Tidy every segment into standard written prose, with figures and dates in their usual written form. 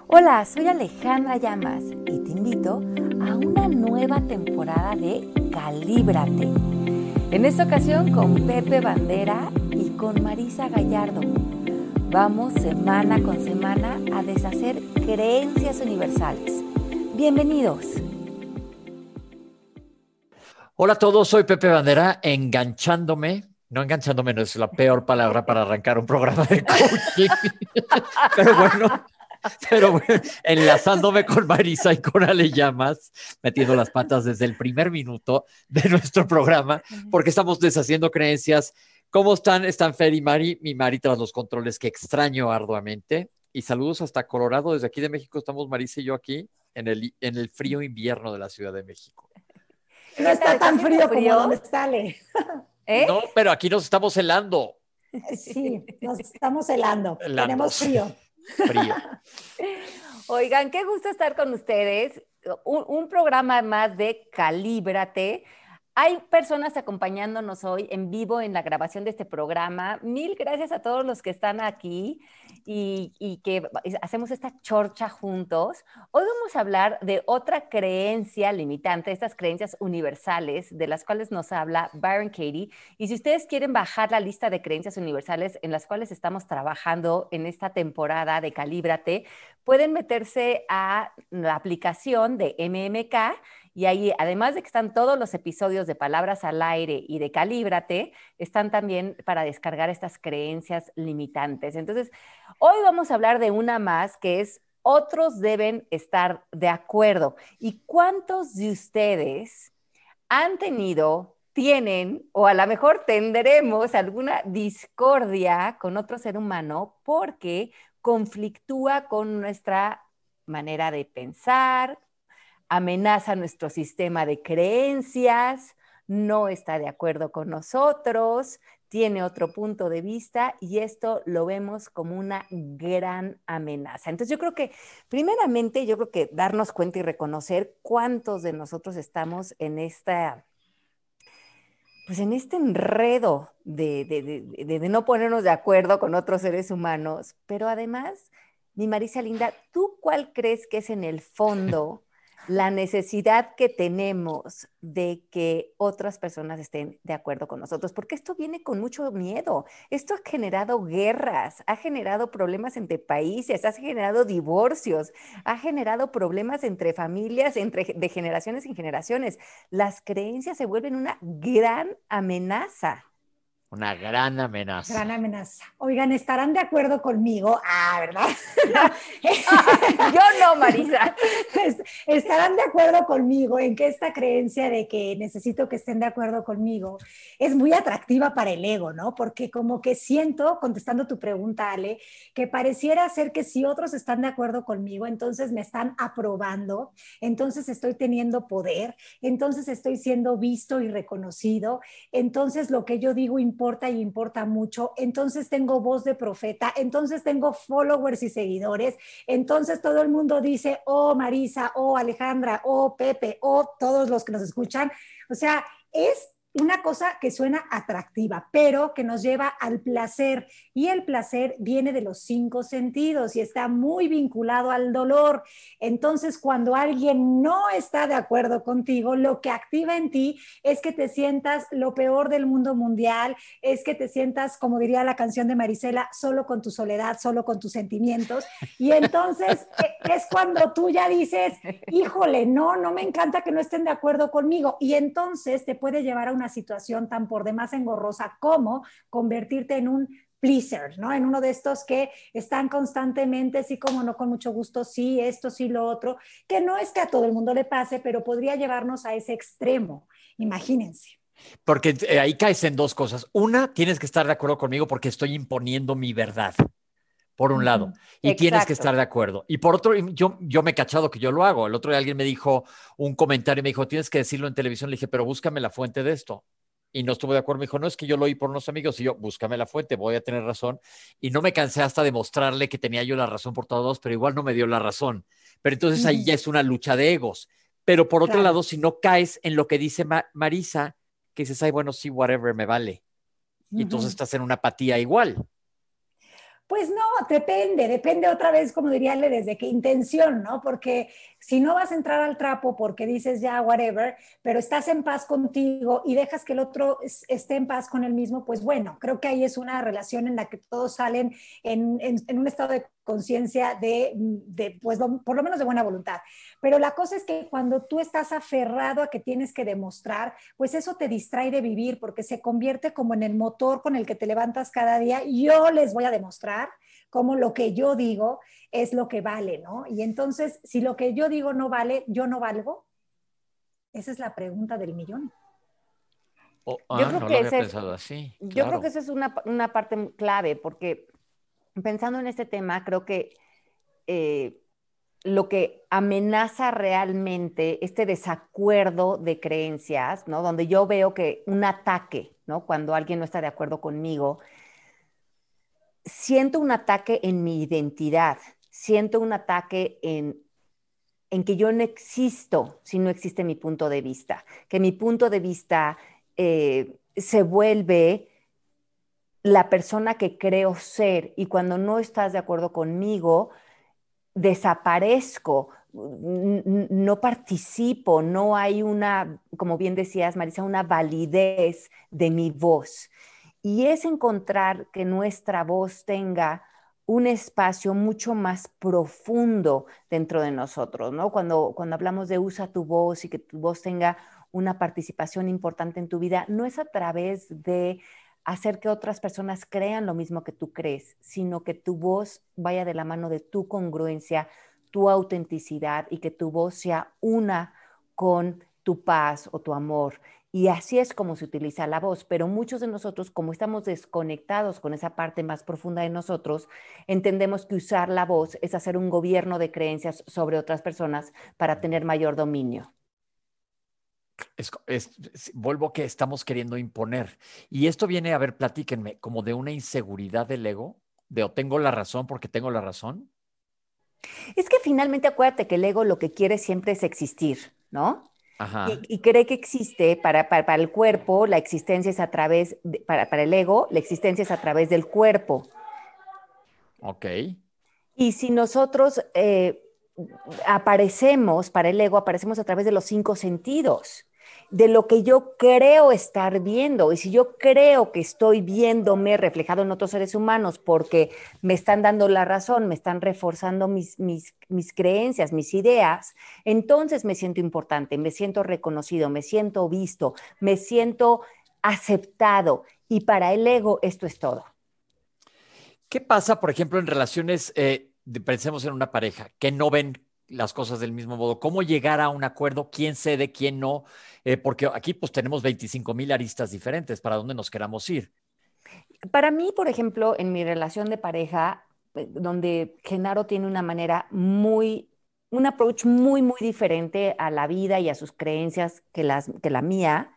Hola, soy Alejandra Llamas y te invito a una nueva temporada de Calíbrate. En esta ocasión con Pepe Bandera y con Marisa Gallardo. Vamos semana con semana a deshacer creencias universales. Bienvenidos. Hola a todos, soy Pepe Bandera, no es la peor palabra para arrancar un programa de coaching, pero bueno, enlazándome con Marisa y con Ale Llamas, metiendo las patas desde el primer minuto de nuestro programa, porque estamos deshaciendo creencias. ¿Cómo están? Están Fer y Mari, mi Mari tras los controles que extraño arduamente, y saludos hasta Colorado, desde aquí de México estamos Marisa y yo aquí en el frío invierno de la Ciudad de México. No está tan frío como donde está Ale. No, pero aquí nos estamos helando. Sí, nos estamos helando. Tenemos frío. Oigan, qué gusto estar con ustedes. Un programa más de Calíbrate. Hay personas acompañándonos hoy en vivo en la grabación de este programa. Mil gracias a todos los que están aquí y que hacemos esta chorcha juntos. Hoy vamos a hablar de otra creencia limitante, estas creencias universales de las cuales nos habla Byron Katie. Y si ustedes quieren bajar la lista de creencias universales en las cuales estamos trabajando en esta temporada de Calíbrate, pueden meterse a la aplicación de MMK. Y ahí, además de que están todos los episodios de Palabras al Aire y de Calíbrate, están también para descargar estas creencias limitantes. Entonces, hoy vamos a hablar de una más que es otros deben estar de acuerdo. ¿Y cuántos de ustedes han tenido, tienen o a lo mejor tendremos alguna discordia con otro ser humano porque conflictúa con nuestra manera de pensar, amenaza nuestro sistema de creencias, no está de acuerdo con nosotros, tiene otro punto de vista y esto lo vemos como una gran amenaza? Entonces primeramente, darnos cuenta y reconocer cuántos de nosotros estamos en en este enredo de no ponernos de acuerdo con otros seres humanos, pero además, mi Marisa linda, ¿tú cuál crees que es en el fondo la necesidad que tenemos de que otras personas estén de acuerdo con nosotros? Porque esto viene con mucho miedo. Esto ha generado guerras, ha generado problemas entre países, ha generado divorcios, ha generado problemas entre familias, de generaciones en generaciones. Las creencias se vuelven una gran amenaza. Una gran amenaza. Gran amenaza. Oigan, ¿estarán de acuerdo conmigo? ¿Verdad? Yo no, Marisa. ¿Estarán de acuerdo conmigo en que esta creencia de que necesito que estén de acuerdo conmigo es muy atractiva para el ego, ¿no? Porque como que siento, contestando tu pregunta, Ale, que pareciera ser que si otros están de acuerdo conmigo, entonces me están aprobando, entonces estoy teniendo poder, entonces estoy siendo visto y reconocido, entonces lo que yo digo importa y importa mucho, entonces tengo voz de profeta, entonces tengo followers y seguidores, entonces todo el mundo dice, oh Marisa, oh Alejandra, oh Pepe, oh todos los que nos escuchan. O sea, es una cosa que suena atractiva, pero que nos lleva al placer, y el placer viene de los 5 sentidos y está muy vinculado al dolor. Entonces, cuando alguien no está de acuerdo contigo, lo que activa en ti es que te sientas lo peor del mundo mundial, es que te sientas, como diría la canción de Marisela, solo con tu soledad, solo con tus sentimientos, y entonces es cuando tú ya dices, híjole, no me encanta que no estén de acuerdo conmigo, y entonces te puede llevar a una situación tan por demás engorrosa como convertirte en un pleaser, ¿no? En uno de estos que están constantemente, sí, como no, con mucho gusto, sí, esto, sí, lo otro, que no es que a todo el mundo le pase, pero podría llevarnos a ese extremo, imagínense. Porque ahí caes en dos cosas. Una, tienes que estar de acuerdo conmigo porque estoy imponiendo mi verdad, por un lado, y Exacto. tienes que estar de acuerdo. Y por otro, yo me he cachado que yo lo hago. El otro día alguien me dijo un comentario y me dijo, tienes que decirlo en televisión. Le dije, pero búscame la fuente de esto. Y no estuve de acuerdo. Me dijo, no, es que yo lo oí por unos amigos. Y yo, búscame la fuente, voy a tener razón. Y no me cansé hasta de mostrarle que tenía yo la razón por todos, pero igual no me dio la razón. Pero entonces ahí ya es una lucha de egos. Pero por otro lado, si no caes en lo que dice Marisa, que dices, ay, bueno, sí, whatever, me vale. Y entonces estás en una apatía igual. Pues no, depende otra vez, como diría Ale, desde qué intención, ¿no? Porque si no vas a entrar al trapo porque dices ya, whatever, pero estás en paz contigo y dejas que el otro esté en paz con él mismo, pues bueno, creo que ahí es una relación en la que todos salen en un estado de conciencia pues por lo menos de buena voluntad. Pero la cosa es que cuando tú estás aferrado a que tienes que demostrar, pues eso te distrae de vivir porque se convierte como en el motor con el que te levantas cada día. Yo les voy a demostrar cómo lo que yo digo es lo que vale, ¿no? Y entonces, si lo que yo digo no vale, yo no valgo. Esa es la pregunta del millón. No lo había pensado así, yo creo que claro. esa es una parte clave, porque pensando en este tema, creo que lo que amenaza realmente este desacuerdo de creencias, ¿no? Donde yo veo que un ataque, ¿no? Cuando alguien no está de acuerdo conmigo, siento un ataque en mi identidad, siento un ataque en que yo no existo si no existe mi punto de vista, que mi punto de vista se vuelve la persona que creo ser y cuando no estás de acuerdo conmigo, desaparezco, no participo, no hay una, como bien decías, Marisa, una validez de mi voz. Y es encontrar que nuestra voz tenga un espacio mucho más profundo dentro de nosotros, ¿no? Cuando hablamos de usa tu voz y que tu voz tenga una participación importante en tu vida, no es a través de hacer que otras personas crean lo mismo que tú crees, sino que tu voz vaya de la mano de tu congruencia, tu autenticidad y que tu voz sea una con tu paz o tu amor. Y así es como se utiliza la voz, pero muchos de nosotros, como estamos desconectados con esa parte más profunda de nosotros, entendemos que usar la voz es hacer un gobierno de creencias sobre otras personas para tener mayor dominio. Vuelvo a que estamos queriendo imponer. Y esto viene, a ver, platíquenme, como de una inseguridad del ego, de o tengo la razón porque tengo la razón. Es que finalmente acuérdate que el ego lo que quiere siempre es existir, ¿no? Ajá, Y cree que existe para el cuerpo, la existencia es a través, para el ego, la existencia es a través del cuerpo. ok. Y si nosotros aparecemos, para el ego, aparecemos a través de los cinco sentidos, de lo que yo creo estar viendo. Y si yo creo que estoy viéndome reflejado en otros seres humanos porque me están dando la razón, me están reforzando mis creencias, mis ideas, entonces me siento importante, me siento reconocido, me siento visto, me siento aceptado. Y para el ego esto es todo. ¿Qué pasa, por ejemplo, en relaciones, pensemos en una pareja, que no ven las cosas del mismo modo? ¿Cómo llegar a un acuerdo? ¿Quién cede, quién no? Porque aquí pues tenemos 25,000 aristas diferentes para dónde nos queramos ir. Para mí, por ejemplo, en mi relación de pareja, donde Genaro tiene una manera un approach muy diferente a la vida y a sus creencias que la mía,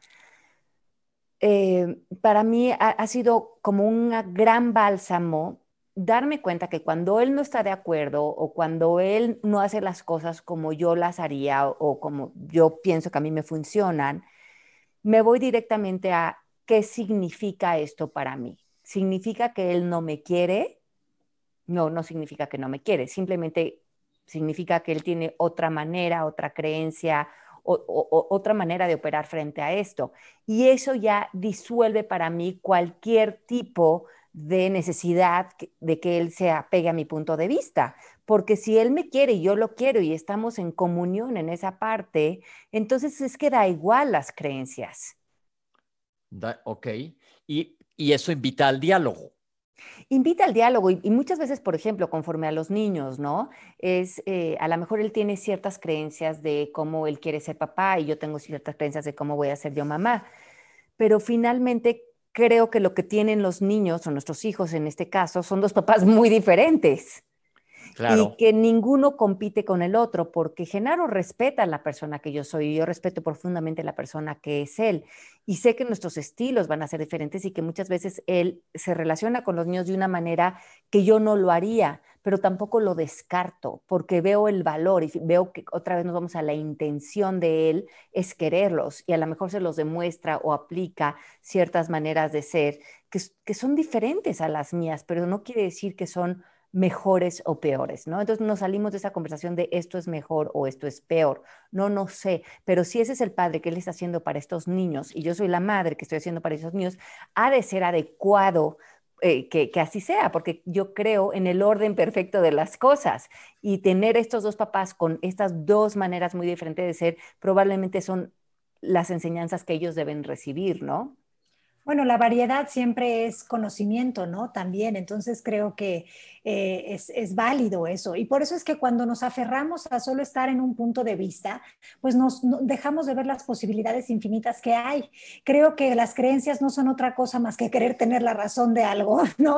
para mí ha sido como un gran bálsamo darme cuenta que cuando él no está de acuerdo o cuando él no hace las cosas como yo las haría o como yo pienso que a mí me funcionan, me voy directamente a qué significa esto para mí. ¿Significa que él no me quiere? No, no significa que no me quiere, simplemente significa que él tiene otra manera, otra creencia, otra manera de operar frente a esto. Y eso ya disuelve para mí cualquier tipo de necesidad de que él se apegue a mi punto de vista. Porque si él me quiere y yo lo quiero y estamos en comunión en esa parte, entonces es que da igual las creencias. Ok. Y eso invita al diálogo. Invita al diálogo y muchas veces, por ejemplo, conforme a los niños, ¿no? A lo mejor él tiene ciertas creencias de cómo él quiere ser papá y yo tengo ciertas creencias de cómo voy a ser yo mamá, pero finalmente creo que lo que tienen los niños o nuestros hijos en este caso son dos papás muy diferentes. Claro. y que ninguno compite con el otro, porque Genaro respeta a la persona que yo soy y yo respeto profundamente a la persona que es él. Y sé que nuestros estilos van a ser diferentes y que muchas veces él se relaciona con los niños de una manera que yo no lo haría, pero tampoco lo descarto, porque veo el valor y veo que otra vez nos vamos a la intención de él es quererlos y a lo mejor se los demuestra o aplica ciertas maneras de ser que son diferentes a las mías, pero no quiere decir que son mejores o peores, ¿no? Entonces nos salimos de esa conversación de esto es mejor o esto es peor. No sé, pero si ese es el padre que él está haciendo para estos niños y yo soy la madre que estoy haciendo para esos niños, ha de ser adecuado que así sea, porque yo creo en el orden perfecto de las cosas y tener estos dos papás con estas dos maneras muy diferentes de ser probablemente son las enseñanzas que ellos deben recibir, ¿no? Bueno, la variedad siempre es conocimiento, ¿no? También, entonces creo que es válido eso. Y por eso es que cuando nos aferramos a solo estar en un punto de vista, pues dejamos de ver las posibilidades infinitas que hay. Creo que las creencias no son otra cosa más que querer tener la razón de algo, ¿no?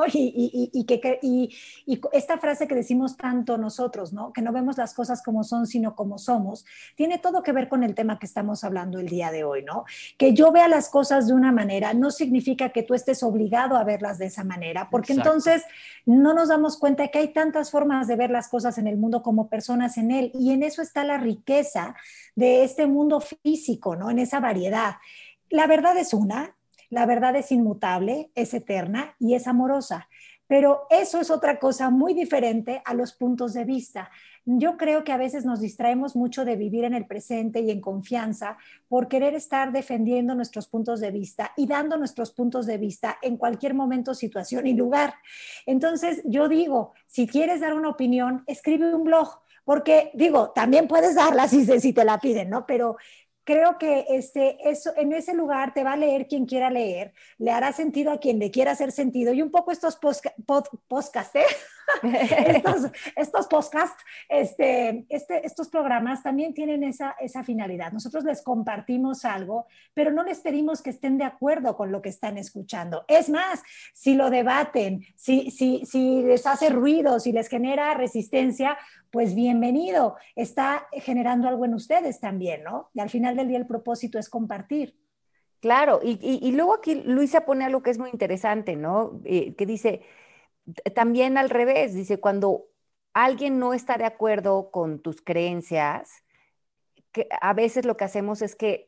Y esta frase que decimos tanto nosotros, ¿no? Que no vemos las cosas como son, sino como somos, tiene todo que ver con el tema que estamos hablando el día de hoy, ¿no? Que yo vea las cosas de una manera no significa que tú estés obligado a verlas de esa manera, porque Exacto. entonces no nos damos cuenta que hay tantas formas de ver las cosas en el mundo como personas en él, y en eso está la riqueza de este mundo físico, ¿no? En esa variedad. La verdad es una, la verdad es inmutable, es eterna y es amorosa. Pero eso es otra cosa muy diferente a los puntos de vista. Yo creo que a veces nos distraemos mucho de vivir en el presente y en confianza por querer estar defendiendo nuestros puntos de vista y dando nuestros puntos de vista en cualquier momento, situación y lugar. Entonces, yo digo, si quieres dar una opinión, escribe un blog, porque digo, también puedes darla si te la piden, ¿no? Pero creo que eso, en ese lugar te va a leer quien quiera leer, le hará sentido a quien le quiera hacer sentido, y un poco estos podcasts, ¿eh? estos podcasts, estos programas también tienen esa finalidad. Nosotros les compartimos algo, pero no les pedimos que estén de acuerdo con lo que están escuchando. Es más, si lo debaten, si les hace ruido, si les genera resistencia, pues bienvenido, está generando algo en ustedes también, ¿no? Y al final del día el propósito es compartir. Claro, y luego aquí Luisa pone algo que es muy interesante, ¿no? Que dice, también al revés, dice, cuando alguien no está de acuerdo con tus creencias, que a veces lo que hacemos es que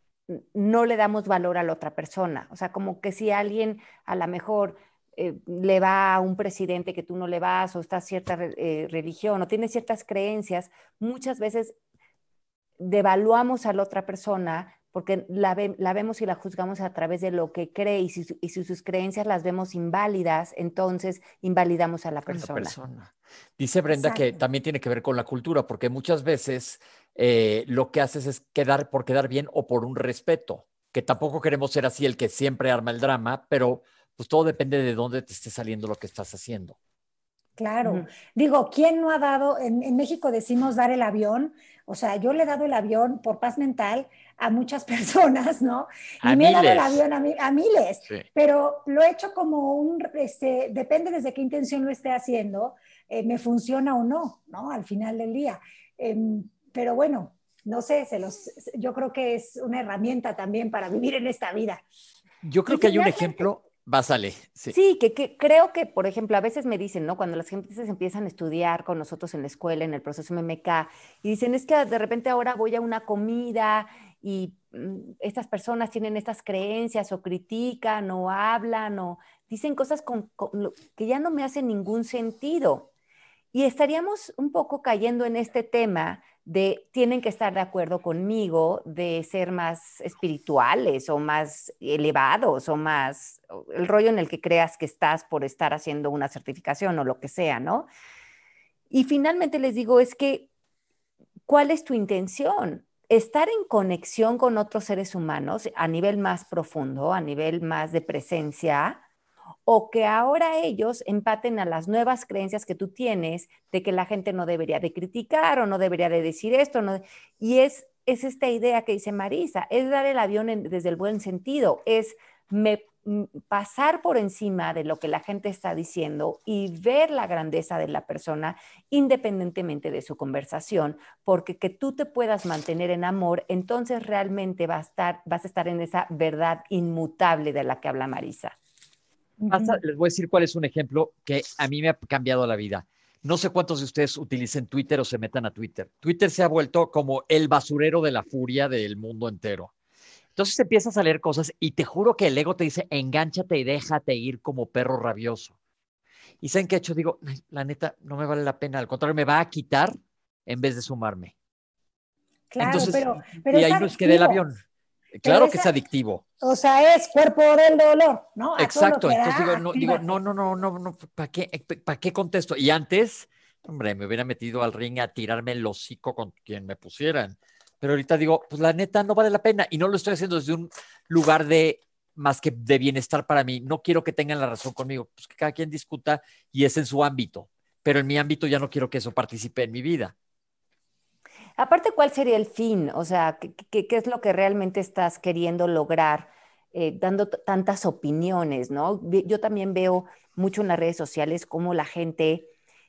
no le damos valor a la otra persona. O sea, como que si alguien a lo mejor le va a un presidente que tú no le vas, o está cierta religión, o tiene ciertas creencias, muchas veces devaluamos a la otra persona porque la vemos y la juzgamos a través de lo que cree y si sus creencias las vemos inválidas, entonces invalidamos a la Con la persona. persona. Dice Brenda que Exacto. también tiene que ver con la cultura, porque muchas veces lo que haces es quedar por quedar bien o por un respeto, que tampoco queremos ser así el que siempre arma el drama, pero pues todo depende de dónde te esté saliendo lo que estás haciendo. Claro, Ujú. digo, ¿quién no ha dado, en México decimos dar el avión? O sea, yo le he dado el avión por paz mental a muchas personas, ¿no? A Y me he dado el miles. avión a miles, Sí. pero lo he hecho como depende desde qué intención lo esté haciendo, me funciona o no, ¿no? Al final del día. Pero bueno, no sé, yo creo que es una herramienta también para vivir en esta vida. Yo Y creo que hay un finalmente, ejemplo, sale, sí. Sí, que creo que, por ejemplo, a veces me dicen, ¿no? Cuando las gentes empiezan a estudiar con nosotros en la escuela, en el proceso MMK, y dicen, es que de repente ahora voy a una comida y estas personas tienen estas creencias o critican o hablan o dicen cosas que ya no me hacen ningún sentido. Y estaríamos un poco cayendo en este tema de tienen que estar de acuerdo conmigo, de ser más espirituales o más elevados o más el rollo en el que creas que estás por estar haciendo una certificación o lo que sea, ¿no? Y finalmente les digo, es que, ¿cuál es tu intención? Estar en conexión con otros seres humanos a nivel más profundo, a nivel más de presencia, o que ahora ellos empaten a las nuevas creencias que tú tienes de que la gente no debería de criticar o no debería de decir esto. No, y es esta idea que dice Marisa, es dar el avión desde el buen sentido, es pasar por encima de lo que la gente está diciendo y ver la grandeza de la persona independientemente de su conversación, porque que tú te puedas mantener en amor, entonces realmente vas a estar en esa verdad inmutable de la que habla Marisa. Les voy a decir cuál es un ejemplo que a mí me ha cambiado la vida. No sé cuántos de ustedes utilicen Twitter o se metan a Twitter. Twitter se ha vuelto como el basurero de la furia del mundo entero. Entonces empiezas a leer cosas y te juro que el ego te dice, engánchate y déjate ir como perro rabioso. ¿Y saben qué he hecho? Digo, la neta, no me vale la pena. Al contrario, me va a quitar en vez de sumarme. Claro, Entonces, pero y es ahí nos quedé el adictivo. avión. Pero Claro que es adictivo. o sea, es cuerpo del dolor, ¿no? A todo lo Exacto. que Entonces da, digo, actívate. no, ¿para qué contesto? Y antes, hombre, me hubiera metido al ring a tirarme el hocico con quien me pusieran. Pero ahorita digo, pues la neta no vale la pena y no lo estoy haciendo desde un lugar de más que de bienestar para mí. No quiero que tengan la razón conmigo, pues que cada quien discuta y es en su ámbito. Pero en mi ámbito ya no quiero que eso participe en mi vida. Aparte, ¿cuál sería el fin? O sea, ¿qué es lo que realmente estás queriendo lograr dando tantas opiniones, ¿no? Yo también veo mucho en las redes sociales cómo la gente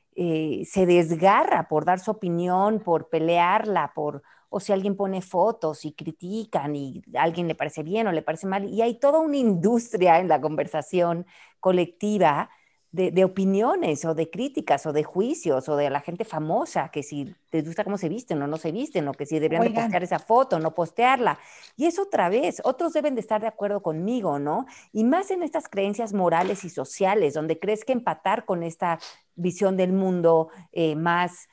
se desgarra por dar su opinión, por pelearla, o si alguien pone fotos y critican y a alguien le parece bien o le parece mal. Y hay toda una industria en la conversación colectiva de opiniones o de críticas o de juicios o de la gente famosa, que si te gusta cómo se visten o no se visten, o que si deberían de Oigan, postear esa foto o no postearla. Y es otra vez, otros deben de estar de acuerdo conmigo, ¿no? Y más en estas creencias morales y sociales, donde crees que empatar con esta visión del mundo más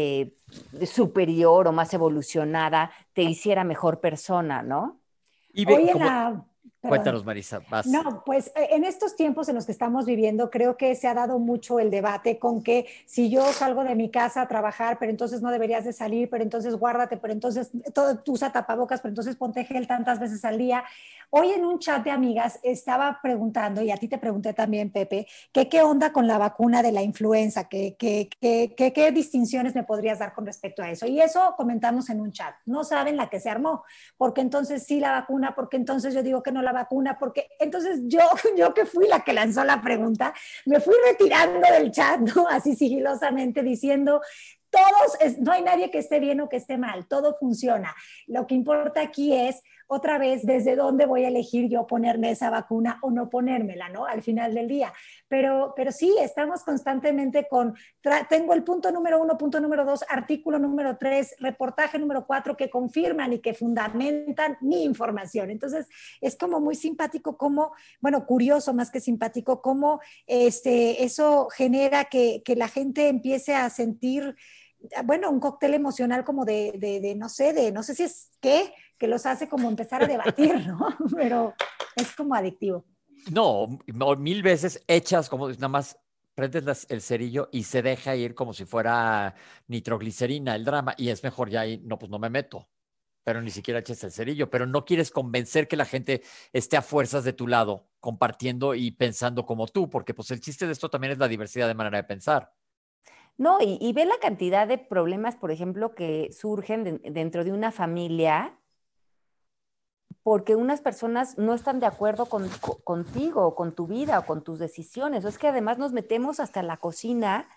superior o más evolucionada te hiciera mejor persona, ¿no? Y hoy ve, en como, la, perdón, cuéntanos, Marisa, vas. no, pues en estos tiempos en los que estamos viviendo, creo que se ha dado mucho el debate con que si yo salgo de mi casa a trabajar, pero entonces no deberías de salir, pero entonces guárdate, pero entonces todo, tú usa tapabocas, pero entonces ponte gel tantas veces al día. Hoy en un chat de amigas estaba preguntando, y a ti te pregunté también, Pepe, que qué onda con la vacuna de la influenza, qué distinciones me podrías dar con respecto a eso. Y eso comentamos en un chat. No saben la que se armó, porque entonces sí la vacuna, porque entonces yo digo que no la vacuna, porque entonces yo que fui la que lanzó la pregunta, me fui retirando del chat, ¿no? Así sigilosamente diciendo, no hay nadie que esté bien o que esté mal, todo funciona. Lo que importa aquí es, otra vez, desde dónde voy a elegir yo ponerme esa vacuna o no ponérmela, ¿no? Al final del día. Pero sí, estamos constantemente tengo el punto número 1, punto número 2, artículo número 3, reportaje número 4, que confirman y que fundamentan mi información. Entonces, es como muy simpático como, bueno, curioso más que simpático, cómo eso genera que la gente empiece a sentir, bueno, un cóctel emocional como no sé si es que los hace como empezar a debatir, ¿no? Pero es como adictivo. No, mil veces hechas como nada más prendes el cerillo y se deja ir como si fuera nitroglicerina el drama y es mejor ya ahí, no, pues no me meto, pero ni siquiera eches el cerillo, pero no quieres convencer que la gente esté a fuerzas de tu lado, compartiendo y pensando como tú, porque pues el chiste de esto también es la diversidad de manera de pensar. No, y ve la cantidad de problemas, por ejemplo, que surgen dentro de una familia porque unas personas no están de acuerdo contigo, con tu vida o con tus decisiones. O es que además nos metemos hasta la cocina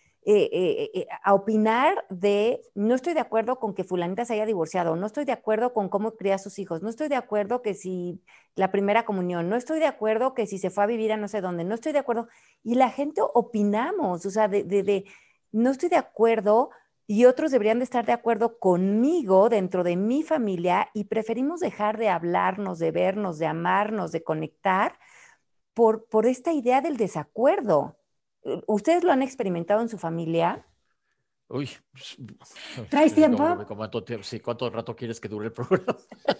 a opinar de, no estoy de acuerdo con que fulanita se haya divorciado, no estoy de acuerdo con cómo cría a sus hijos, no estoy de acuerdo que si la primera comunión, no estoy de acuerdo que si se fue a vivir a no sé dónde, no estoy de acuerdo. Y la gente opinamos, o sea, no estoy de acuerdo y otros deberían de estar de acuerdo conmigo dentro de mi familia y preferimos dejar de hablarnos, de vernos, de amarnos, de conectar por esta idea del desacuerdo. ¿Ustedes lo han experimentado en su familia? Uy, ¿Traes tiempo? ¿cuánto, sí, ¿cuánto rato quieres que dure el programa?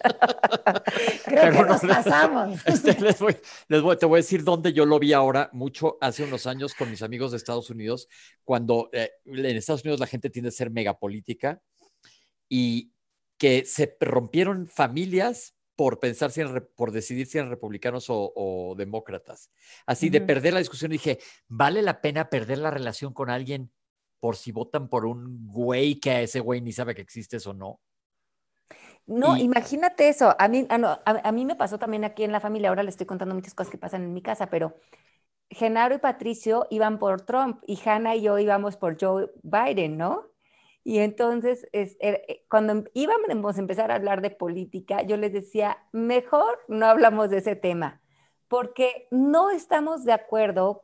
Creo que Pero no, nos pasamos. te voy a decir dónde yo lo vi ahora, mucho hace unos años con mis amigos de Estados Unidos, cuando en Estados Unidos la gente tiende a ser megapolítica y que se rompieron familias por pensar por decidir si eran republicanos o demócratas. Así de perder la discusión, dije, ¿vale la pena perder la relación con alguien por si votan por un güey que a ese güey ni sabe que existes o no? No, Y, imagínate eso. A mí, no, a mí me pasó también aquí en la familia. Ahora le estoy contando muchas cosas que pasan en mi casa, pero Genaro y Patricio iban por Trump y Hannah y yo íbamos por Joe Biden, ¿no? Y entonces, cuando íbamos a empezar a hablar de política, yo les decía, mejor no hablamos de ese tema, porque no estamos de acuerdo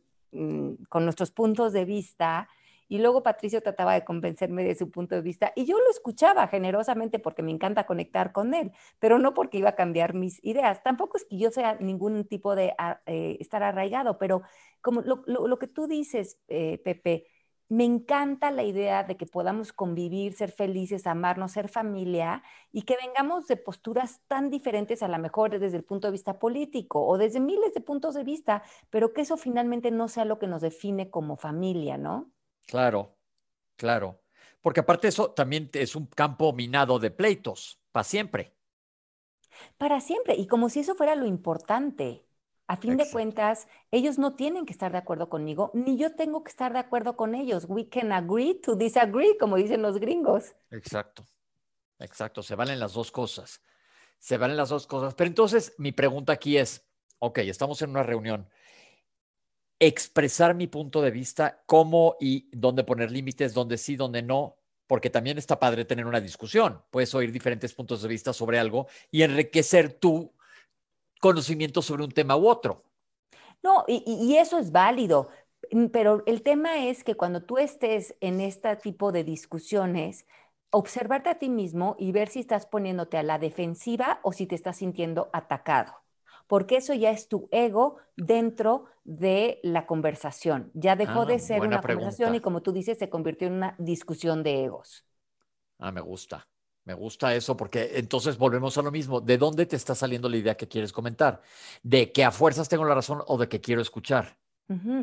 con nuestros puntos de vista. Y luego Patricio trataba de convencerme de su punto de vista y yo lo escuchaba generosamente porque me encanta conectar con él, pero no porque iba a cambiar mis ideas. Tampoco es que yo sea ningún tipo de estar arraigado, pero como lo que tú dices, Pepe, me encanta la idea de que podamos convivir, ser felices, amarnos, ser familia y que vengamos de posturas tan diferentes a lo mejor desde el punto de vista político o desde miles de puntos de vista, pero que eso finalmente no sea lo que nos define como familia, ¿no? claro, claro. Porque aparte eso también es un campo minado de pleitos, para siempre. Para siempre, y como si eso fuera lo importante. A fin de Exacto, cuentas, ellos no tienen que estar de acuerdo conmigo, ni yo tengo que estar de acuerdo con ellos. We can agree to disagree, como dicen los gringos. exacto, exacto. Se valen las dos cosas. Se valen las dos cosas. Pero entonces mi pregunta aquí es, ok, estamos en una reunión. Expresar mi punto de vista, cómo y dónde poner límites, dónde sí, dónde no, porque también está padre tener una discusión. Puedes oír diferentes puntos de vista sobre algo y enriquecer tu conocimiento sobre un tema u otro. No, y eso es válido, pero el tema es que cuando tú estés en este tipo de discusiones, observarte a ti mismo y ver si estás poniéndote a la defensiva o si te estás sintiendo atacado, porque eso ya es tu ego dentro de la conversación. Ya dejó Ah, de ser buena una conversación y pregunta. como tú dices, se convirtió en una discusión de egos. Ah, me gusta. Me gusta eso porque entonces volvemos a lo mismo. ¿De dónde te está saliendo la idea que quieres comentar? ¿De que a fuerzas tengo la razón o de que quiero escuchar? Ujú.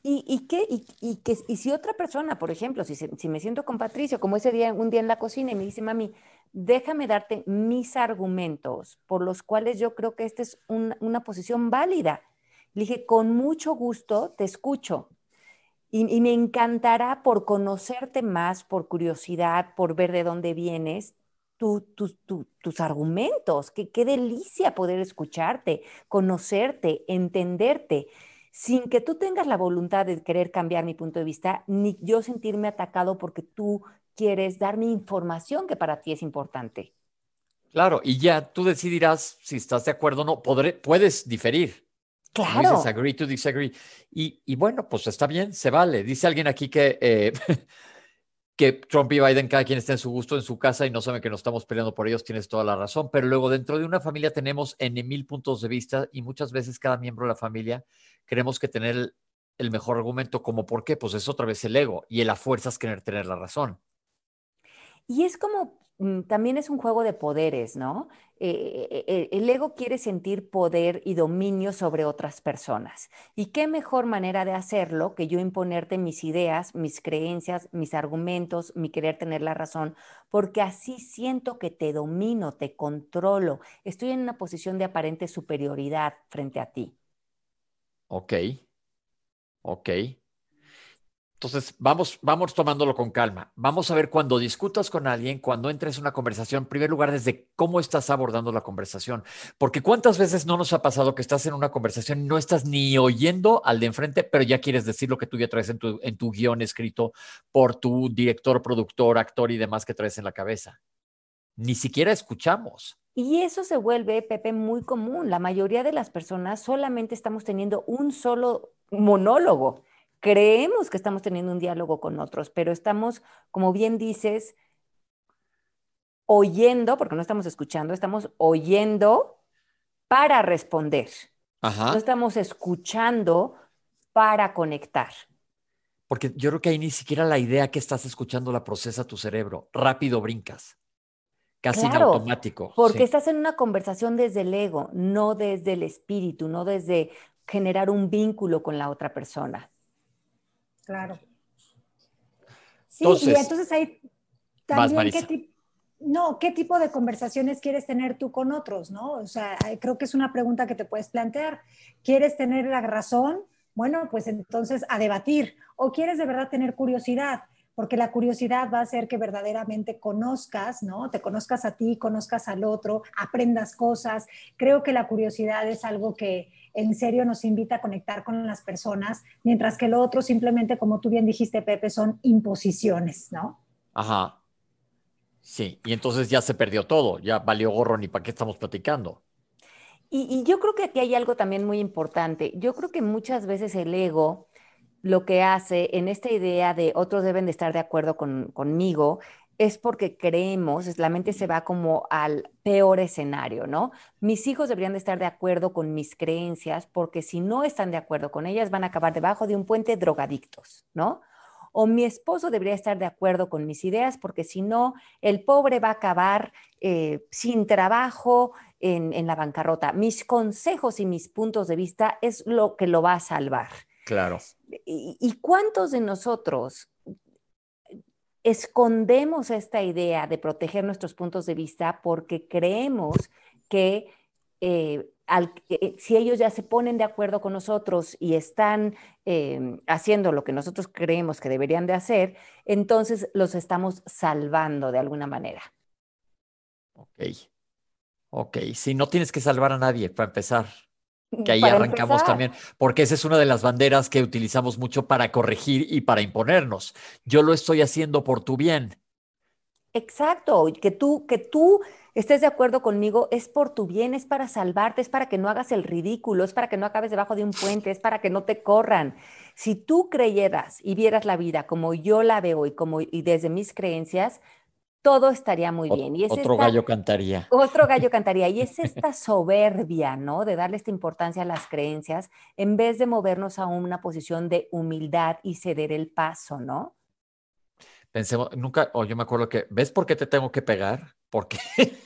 Y si otra persona, por ejemplo, si me siento con Patricio, como ese día, un día en la cocina, y me dice, mami, déjame darte mis argumentos por los cuales yo creo que esta es una posición válida. Le dije, con mucho gusto te escucho. Y me encantará por conocerte más, por curiosidad, por ver de dónde vienes, tus argumentos. Qué delicia poder escucharte, conocerte, entenderte, sin que tú tengas la voluntad de querer cambiar mi punto de vista, ni yo sentirme atacado porque tú quieres darme información que para ti es importante. Claro, y ya tú decidirás si estás de acuerdo o no. Puedes diferir. Como Claro. dices, agree to disagree. Y bueno, pues está bien, se vale. Dice alguien aquí que, que Trump y Biden, cada quien está en su gusto en su casa y no saben que nos estamos peleando por ellos, tienes toda la razón. Pero luego dentro de una familia tenemos N mil puntos de vista y muchas veces cada miembro de la familia creemos que tener el mejor argumento, como por qué, pues es otra vez el ego y el a fuerzas querer tener la razón. Y es como, también es un juego de poderes, ¿no? El ego quiere sentir poder y dominio sobre otras personas. ¿Y qué mejor manera de hacerlo que yo imponerte mis ideas, mis creencias, mis argumentos, mi querer tener la razón? Porque así siento que te domino, te controlo, estoy en una posición de aparente superioridad frente a ti. Ok, ok. Entonces, vamos tomándolo con calma. Vamos a ver cuando discutas con alguien, cuando entres en una conversación, en primer lugar, desde cómo estás abordando la conversación. Porque cuántas veces no nos ha pasado que estás en una conversación y no estás ni oyendo al de enfrente, pero ya quieres decir lo que tú ya traes en tu guión escrito por tu director, productor, actor y demás que traes en la cabeza. Ni siquiera escuchamos. Y eso se vuelve, Pepe, muy común. La mayoría de las personas solamente estamos teniendo un solo monólogo. Creemos que estamos teniendo un diálogo con otros, pero estamos, como bien dices, oyendo, porque no estamos escuchando, estamos oyendo para responder. No Ajá. estamos escuchando para conectar. Porque yo creo que ahí ni siquiera la idea que estás escuchando la procesa tu cerebro. Rápido brincas, casi en Claro, automático. porque Sí. estás en una conversación desde el ego, no desde el espíritu, no desde generar un vínculo con la otra persona. Claro. Sí, y Entonces, entonces ahí vas, también Marisa. no, qué tipo de conversaciones quieres tener tú con otros, ¿no? O sea, creo que es una pregunta que te puedes plantear. ¿Quieres tener la razón? Bueno, pues entonces a debatir. ¿O quieres de verdad tener curiosidad? porque la curiosidad va a hacer que verdaderamente conozcas, ¿no? Te conozcas a ti, conozcas al otro, aprendas cosas. Creo que la curiosidad es algo que en serio nos invita a conectar con las personas, mientras que lo otro simplemente, como tú bien dijiste, Pepe, son imposiciones, ¿no? Ajá, sí. Y entonces ya se perdió todo, ya valió gorro, ni para qué estamos platicando. Y yo creo que aquí hay algo también muy importante. Yo creo que muchas veces el ego lo que hace en esta idea de otros deben de estar de acuerdo conmigo es porque creemos, la mente se va como al peor escenario, ¿no? Mis hijos deberían de estar de acuerdo con mis creencias porque si no están de acuerdo con ellas van a acabar debajo de un puente drogadictos, ¿no? O mi esposo debería estar de acuerdo con mis ideas porque si no, el pobre va a acabar sin trabajo en la bancarrota. Mis consejos y mis puntos de vista es lo que lo va a salvar. Claro. ¿Y cuántos de nosotros escondemos esta idea de proteger nuestros puntos de vista porque creemos que si ellos ya se ponen de acuerdo con nosotros y están haciendo lo que nosotros creemos que deberían de hacer, entonces los estamos salvando de alguna manera? Ok, ok. Sí, no tienes que salvar a nadie para empezar. Que ahí Para arrancamos empezar, también, porque esa es una de las banderas que utilizamos mucho para corregir y para imponernos. Yo lo estoy haciendo por tu bien. exacto, y que tú estés de acuerdo conmigo es por tu bien, es para salvarte, es para que no hagas el ridículo, es para que no acabes debajo de un puente, es para que no te corran. Si tú creyeras y vieras la vida como yo la veo y desde mis creencias, todo estaría muy bien. Y es Otro esta, gallo cantaría. otro gallo cantaría, y es esta soberbia, ¿no? De darle esta importancia a las creencias en vez de movernos a una posición de humildad y ceder el paso, ¿no? Pensemos, nunca, o yo me acuerdo que, ¿ves por qué te tengo que pegar? Porque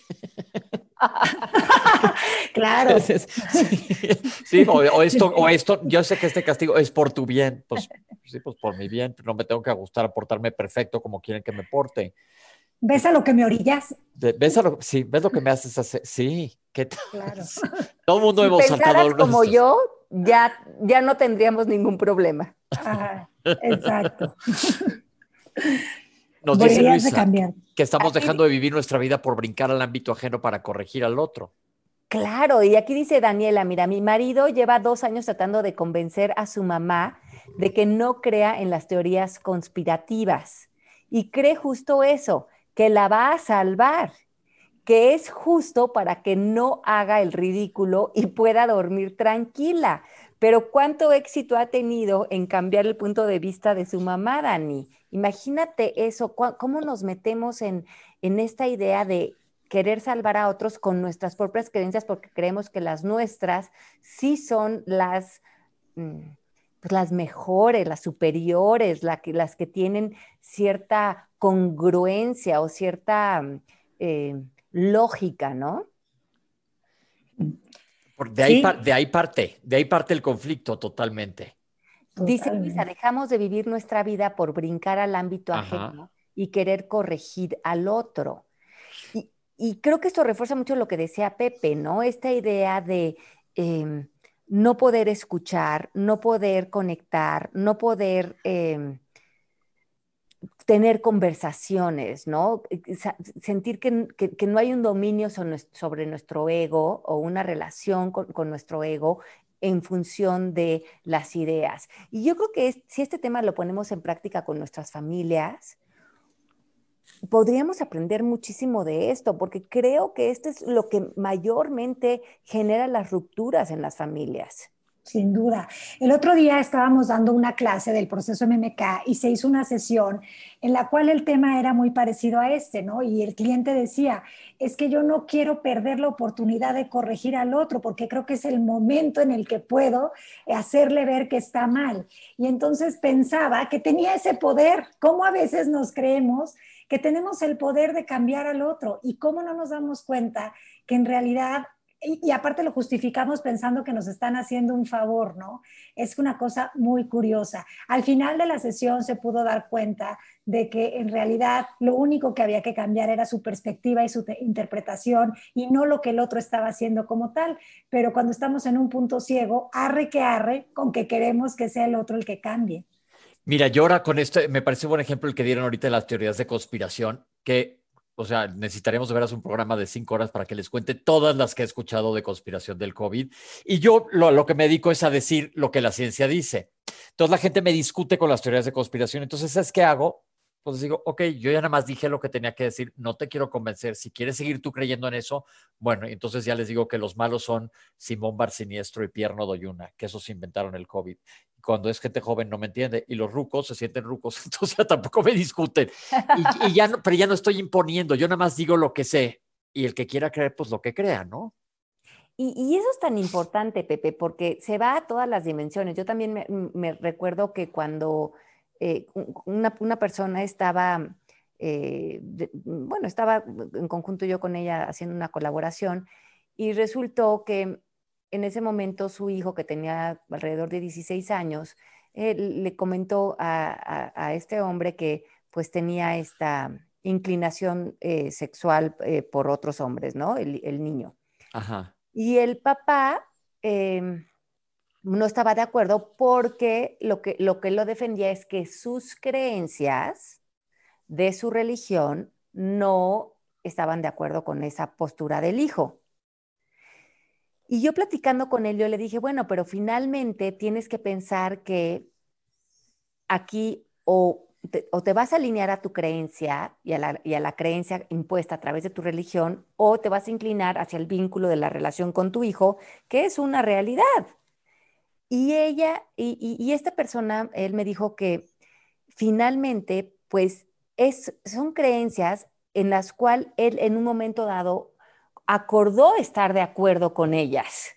Claro. sí, sí, o esto, yo sé que este castigo es por tu bien, pues sí, pues por mi bien, no me tengo que gustar a portarme perfecto como quieren que me porte. ¿Ves a lo que me orillas? ¿Ves sí, ves lo que me haces hacer? Sí, ¿qué tal? Claro. Sí. Todo el mundo Si hemos saltado pensaras alguna de como estas. yo, ya no tendríamos ningún problema. Ajá, exacto. Nos dice Deberías de Luisa cambiar. que estamos Aquí, dejando de vivir nuestra vida por brincar al ámbito ajeno para corregir al otro. claro, y aquí dice Daniela, mira, mi marido lleva 2 años tratando de convencer a su mamá de que no crea en las teorías conspirativas y cree justo eso, que la va a salvar, que es justo para que no haga el ridículo y pueda dormir tranquila. Pero ¿cuánto éxito ha tenido en cambiar el punto de vista de su mamá, Dani? Imagínate eso, cómo nos metemos en esta idea de querer salvar a otros con nuestras propias creencias porque creemos que las nuestras sí son mm, pues las mejores, las superiores, las que tienen cierta congruencia o cierta eh, lógica, ¿no? Sí, De ahí parte el conflicto totalmente. Dice Luisa, totalmente. dejamos de vivir nuestra vida por brincar al ámbito Ajá. ajeno y querer corregir al otro. Y creo que esto refuerza mucho lo que decía Pepe, ¿no? Esta idea de no poder escuchar, no poder conectar, no poder tener conversaciones, ¿no? Sentir que no hay un dominio sobre nuestro ego o una relación con nuestro ego en función de las ideas. Y yo creo que si este tema lo ponemos en práctica con nuestras familias, podríamos aprender muchísimo de esto, porque creo que esto es lo que mayormente genera las rupturas en las familias. Sin duda. El otro día estábamos dando una clase del proceso MMK y se hizo una sesión en la cual el tema era muy parecido a este, ¿no? Y el cliente decía, es que yo no quiero perder la oportunidad de corregir al otro porque creo que es el momento en el que puedo hacerle ver que está mal. Y entonces pensaba que tenía ese poder. ¿Cómo a veces nos creemos que tenemos el poder de cambiar al otro? ¿Y cómo no nos damos cuenta que en realidad y aparte lo justificamos pensando que nos están haciendo un favor, ¿no? Es una cosa muy curiosa. Al final de la sesión se pudo dar cuenta de que en realidad lo único que había que cambiar era su perspectiva y su interpretación y no lo que el otro estaba haciendo como tal. Pero cuando estamos en un punto ciego, arre que arre con que queremos que sea el otro el que cambie. Mira, yo ahora con esto, me parece un buen ejemplo el que dieron ahorita de las teorías de conspiración, que, o sea, necesitaremos de veras un programa de 5 horas para que les cuente todas las que he escuchado de conspiración del COVID. Y yo lo que me dedico es a decir lo que la ciencia dice. Entonces la gente me discute con las teorías de conspiración. Entonces, ¿sabes qué hago? Pues digo, ok, yo ya nada más dije lo que tenía que decir, no te quiero convencer. Si quieres seguir tú creyendo en eso, bueno, entonces ya les digo que los malos son Simón Barciniestro y Pierre Nodoyuna, que esos inventaron el COVID. Cuando es gente joven no me entiende y los rucos se sienten rucos, entonces ya tampoco me discuten. Y ya no, pero ya no estoy imponiendo, yo nada más digo lo que sé y el que quiera creer, pues lo que crea, ¿no? Y eso es tan importante, Pepe, porque se va a todas las dimensiones. Yo también me recuerdo que cuando una persona estaba, bueno, estaba en conjunto yo con ella haciendo una colaboración y resultó que en ese momento su hijo, que tenía alrededor de 16 años, le comentó a este hombre que pues tenía esta inclinación sexual por otros hombres, ¿no? El niño. Ajá. Y el papá no estaba de acuerdo porque lo que lo defendía es que sus creencias de su religión no estaban de acuerdo con esa postura del hijo. Y yo platicando con él, yo le dije, bueno, pero finalmente tienes que pensar que aquí o te vas a alinear a tu creencia y a la creencia impuesta a través de tu religión, o te vas a inclinar hacia el vínculo de la relación con tu hijo, que es una realidad. Y esta persona, él me dijo que finalmente, pues, son creencias en las cuales él en un momento dado acordó estar de acuerdo con ellas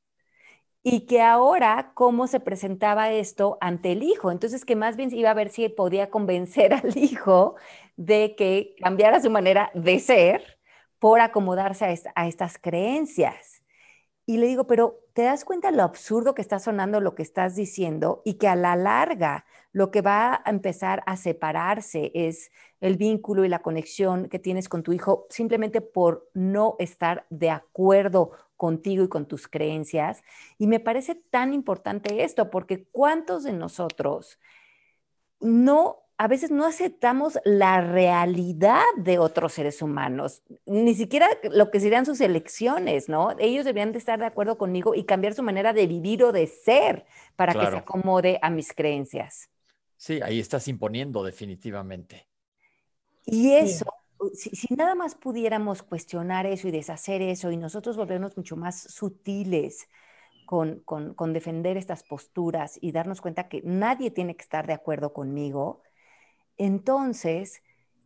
y que ahora cómo se presentaba esto ante el hijo. Entonces, que más bien iba a ver si podía convencer al hijo de que cambiara su manera de ser por acomodarse a estas creencias. Y le digo, pero ¿te das cuenta lo absurdo que está sonando lo que estás diciendo? Y que a la larga lo que va a empezar a separarse es el vínculo y la conexión que tienes con tu hijo simplemente por no estar de acuerdo contigo y con tus creencias. Y me parece tan importante esto, porque ¿cuántos de nosotros a veces no aceptamos la realidad de otros seres humanos, ni siquiera lo que serían sus elecciones, ¿no? Ellos deberían de estar de acuerdo conmigo y cambiar su manera de vivir o de ser para que se Claro. acomode a mis creencias. Sí, ahí estás imponiendo definitivamente. Y Sí. eso, si nada más pudiéramos cuestionar eso y deshacer eso y nosotros volvernos mucho más sutiles con defender estas posturas y darnos cuenta que nadie tiene que estar de acuerdo conmigo, entonces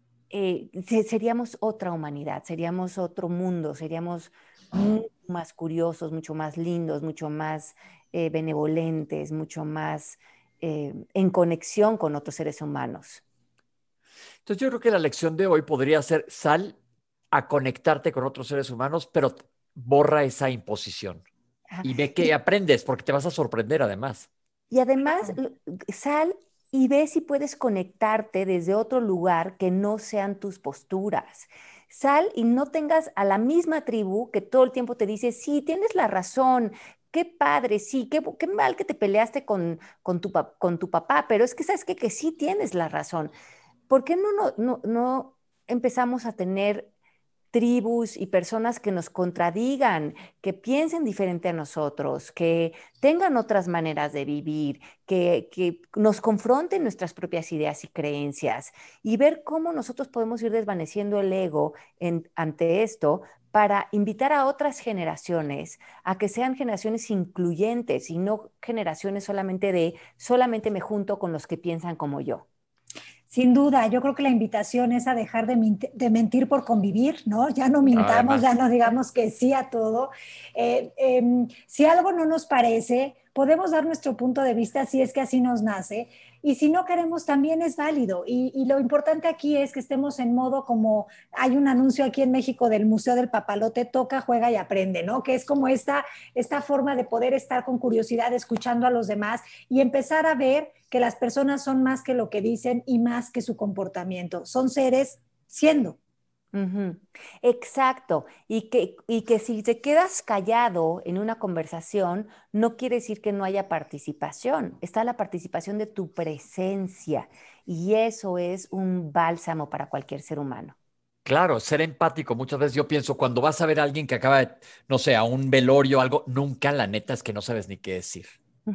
seríamos otra humanidad, seríamos otro mundo, seríamos mucho más curiosos, mucho más lindos, mucho más benevolentes, mucho más en conexión con otros seres humanos. Entonces yo creo que la lección de hoy podría ser sal a conectarte con otros seres humanos, pero borra esa imposición Ajá. y ve que Y, aprendes, porque te vas a sorprender además. y además, Claro. sal y ve si puedes conectarte desde otro lugar que no sean tus posturas. Sal y no tengas a la misma tribu que todo el tiempo te dice, sí, tienes la razón, qué padre, sí, qué mal que te peleaste con tu papá, pero es que sabes qué? Que sí tienes la razón. ¿Por qué no empezamos a tener tribus y personas que nos contradigan, que piensen diferente a nosotros, que tengan otras maneras de vivir, que nos confronten nuestras propias ideas y creencias y ver cómo nosotros podemos ir desvaneciendo el ego ante esto para invitar a otras generaciones a que sean generaciones incluyentes y no generaciones solamente me junto con los que piensan como yo. Sin duda, yo creo que la invitación es a dejar de mentir por convivir, ¿no? Ya no mintamos, ya Además, no digamos que sí a todo. Si algo no nos parece, podemos dar nuestro punto de vista si es que así nos nace. Y si no queremos, también es válido. Y lo importante aquí es que estemos en modo como hay un anuncio aquí en México del Museo del Papalote, toca, juega y aprende, ¿no? Que es como esta forma de poder estar con curiosidad, escuchando a los demás y empezar a ver que las personas son más que lo que dicen y más que su comportamiento. Son seres siendo. Ujú. Exacto. Y que si te quedas callado en una conversación, no quiere decir que no haya participación. Está la participación de tu presencia. Y eso es un bálsamo para cualquier ser humano. Claro, ser empático. Muchas veces yo pienso, cuando vas a ver a alguien que acaba de, no sé, a un velorio o algo, nunca la neta es que no sabes ni qué decir.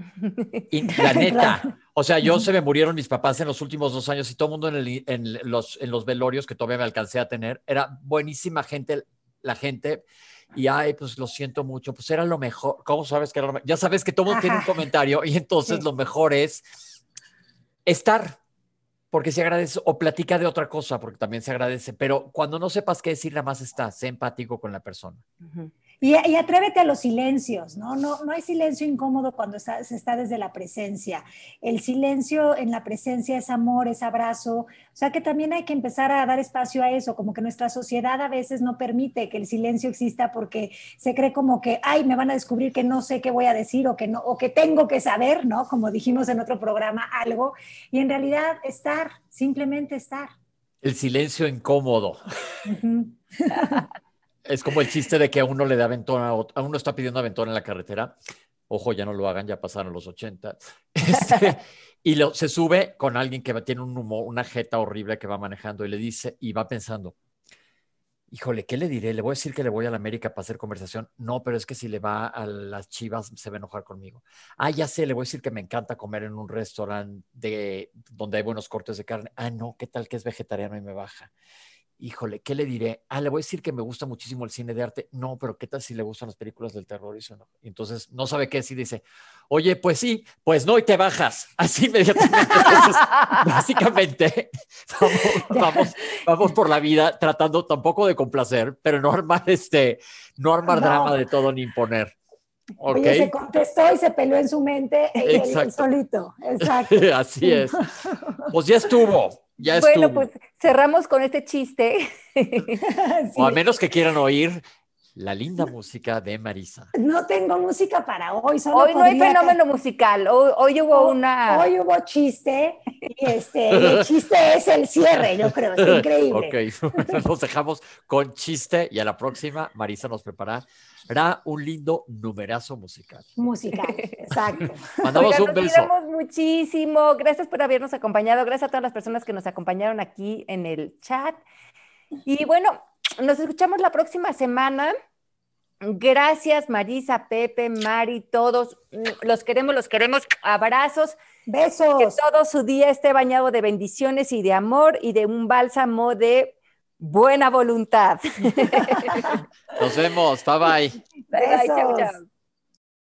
Y la Claro. neta, o sea, yo se me murieron mis papás en los últimos 2 años y todo el mundo en los velorios que todavía me alcancé a tener, era buenísima gente, la gente, y ay, pues lo siento mucho, pues era lo mejor. ¿Cómo sabes que era lo mejor? Ya sabes que todo el mundo tiene un Ajá, comentario y entonces sí. lo mejor es estar, porque se agradece, o platica de otra cosa, porque también se agradece, pero cuando no sepas qué decir, nada más está, sé empático con la persona. Ujú. Y atrévete a los silencios, ¿no? No hay silencio incómodo cuando se está desde la presencia. El silencio en la presencia es amor, es abrazo. O sea que también hay que empezar a dar espacio a eso, como que nuestra sociedad a veces no permite que el silencio exista porque se cree como que, ay, me van a descubrir que no sé qué voy a decir o que no, o que tengo que saber, ¿no? Como dijimos en otro programa, algo. Y en realidad estar, simplemente estar. El silencio incómodo. Ujú. Es como el chiste de que a uno le da aventón, a uno está pidiendo aventón en la carretera. Ojo, ya no lo hagan, ya pasaron los 80. Y se sube con alguien que tiene un humor, una jeta horrible que va manejando y le dice, y va pensando, híjole, ¿qué le diré? ¿Le voy a decir que le voy a la América para hacer conversación? No, pero es que si le va a las Chivas se va a enojar conmigo. Ah, ya sé, le voy a decir que me encanta comer en un restaurante donde hay buenos cortes de carne. Ah, no, ¿qué tal que es vegetariano y me baja? Híjole, ¿qué le diré? Ah, le voy a decir que me gusta muchísimo el cine de arte. No, pero ¿qué tal si le gustan las películas del terror? Y eso no. Entonces no sabe qué decir. Dice, oye, pues sí, pues no, y te bajas. Así inmediatamente. Entonces, básicamente, vamos, vamos por la vida tratando tampoco de complacer, pero no armar drama No, de todo ni imponer. ¿Ok? oye, se contestó y se peleó en su mente el Exacto. solito. Exacto. Así es. Pues ya estuvo, ya Bueno, pues estuvo. cerramos con este chiste. O a Sí. menos que quieran oír la linda música de Marisa. No tengo música para hoy, solo Hoy no hay podría. fenómeno musical. Hoy hubo una. Hoy hubo chiste y el chiste es el cierre, yo creo, está Ok, increíble. nos dejamos con chiste y a la próxima Marisa nos preparará un lindo numerazo musical. Musical, exacto. Mandamos Oigan, un nos beso. cuidamos muchísimo. Gracias por habernos acompañado. Gracias a todas las personas que nos acompañaron aquí en el chat. Y bueno, nos escuchamos la próxima semana. Gracias, Marisa, Pepe, Mari, todos. Los queremos, los queremos. Abrazos. Que Besos. todo su día esté bañado de bendiciones y de amor y de un bálsamo de buena voluntad. Nos vemos. Bye bye. Bye, bye. Chau, Besos. chau.